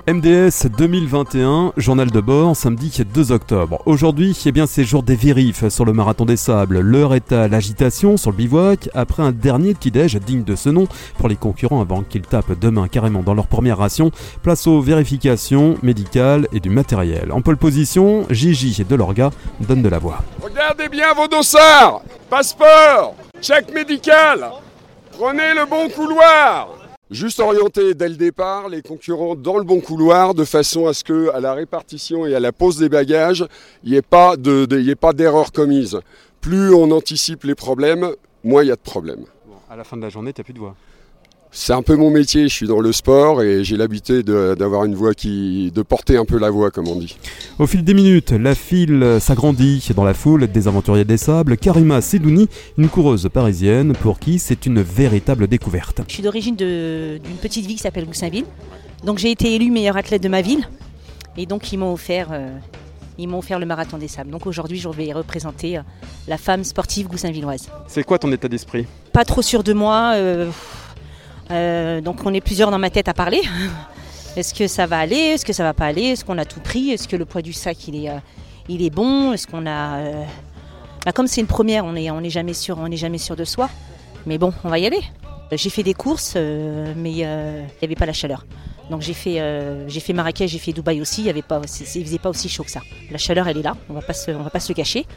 MDS 2021, journal de bord, samedi 2 octobre. Aujourd'hui, c'est jour des vérifs sur le marathon des sables. L'heure est à l'agitation sur le bivouac après un dernier petit-déj digne de ce nom pour les concurrents avant qu'ils tapent demain carrément dans leur première ration. Place aux vérifications médicales et du matériel. En pole position, Gigi de l'Orga donne de la voix. Regardez bien vos dossards, passeport, check médical, prenez le bon couloir. Juste orienter dès le départ les concurrents dans le bon couloir de façon à ce qu'à la répartition et à la pose des bagages, il n'y ait pas d'erreur commise. Plus on anticipe les problèmes, moins il y a de problèmes. Bon, à la fin de la journée, tu n'as plus de voix. C'est un peu mon métier, je suis dans le sport et j'ai l'habitude d'avoir une voix de porter un peu la voix comme on dit. Au fil des minutes, la file s'agrandit dans la foule des aventuriers des sables. Karima Sedouni, une coureuse parisienne pour qui c'est une véritable découverte. Je suis d'origine d'une petite ville qui s'appelle Goussainville. Donc j'ai été élue meilleure athlète de ma ville et donc ils m'ont offert le marathon des sables. Donc aujourd'hui je vais représenter la femme sportive goussainvilloise. C'est quoi ton état d'esprit ? Pas trop sûre de moi. Donc on est plusieurs dans ma tête à parler. Est-ce que ça va aller ? Est-ce que ça va pas aller ? Est-ce qu'on a tout pris ? Est-ce que le poids du sac il est bon ? Est-ce qu'on a comme c'est une première, on n'est jamais sûr de soi. Mais bon, on va y aller. J'ai fait des courses, mais il n'y avait pas la chaleur. Donc j'ai fait Marrakech, j'ai fait Dubaï aussi. Il faisait pas aussi chaud que ça. La chaleur elle est là. On va pas se le cacher.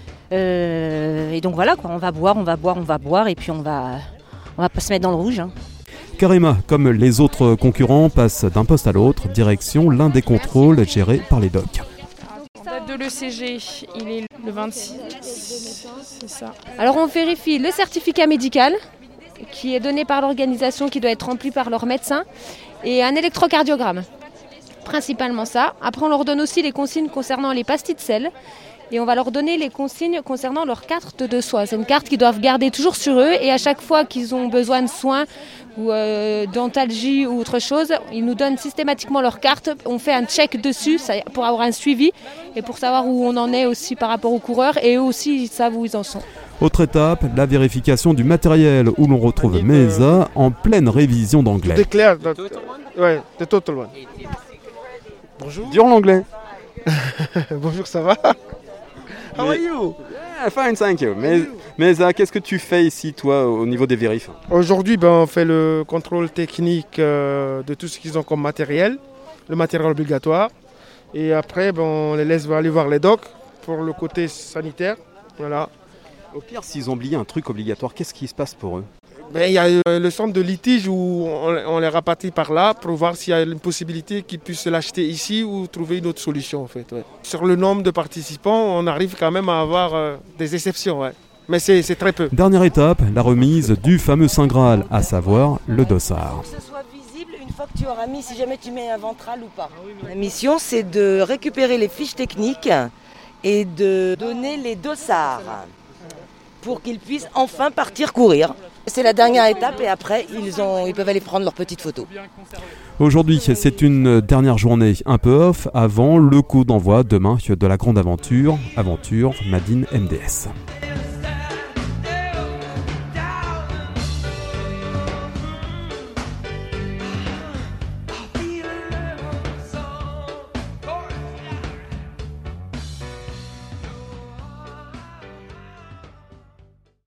Et donc voilà quoi. On va boire et puis on va pas se mettre dans le rouge. Hein. Karima, comme les autres concurrents, passe d'un poste à l'autre, direction l'un des contrôles gérés par les docs. Date de l'ECG, il est le 26, c'est ça. Alors on vérifie le certificat médical qui est donné par l'organisation, qui doit être rempli par leur médecin, et un électrocardiogramme, principalement ça. Après on leur donne aussi les consignes concernant les pastilles de sel. Et on va leur donner les consignes concernant leur carte de soins. C'est une carte qu'ils doivent garder toujours sur eux. Et à chaque fois qu'ils ont besoin de soins ou d'antalgie ou autre chose, ils nous donnent systématiquement leur carte. On fait un check dessus pour avoir un suivi et pour savoir où on en est aussi par rapport aux coureurs. Et eux aussi, ils savent où ils en sont. Autre étape, la vérification du matériel où l'on retrouve Mesa en pleine révision d'anglais. Tout est clair. Ouais, the total one. Bonjour. Dur l'anglais. Bonjour, ça va? How are you? Yeah, fine, thank you. Mais qu'est-ce que tu fais ici, toi, au niveau des vérifs? Aujourd'hui, on fait le contrôle technique de tout ce qu'ils ont comme matériel, le matériel obligatoire. Et après, on les laisse aller voir les docs pour le côté sanitaire. Voilà. Au pire, s'ils ont oublié un truc obligatoire, qu'est-ce qui se passe pour eux? Il y a le centre de litige où on les rapatrie par là pour voir s'il y a une possibilité qu'ils puissent l'acheter ici ou trouver une autre solution en fait. Ouais. Sur le nombre de participants, on arrive quand même à avoir des exceptions, ouais. Mais c'est très peu. Dernière étape, la remise du fameux Saint Graal, à savoir le dossard. Que ce soit visible une fois que tu auras mis, si jamais tu mets un ventral ou pas. La mission, c'est de récupérer les fiches techniques et de donner les dossards pour qu'ils puissent enfin partir courir. C'est la dernière étape et après, ils peuvent aller prendre leurs petites photos. Aujourd'hui, c'est une dernière journée un peu off avant le coup d'envoi demain de la grande aventure Madine MDS.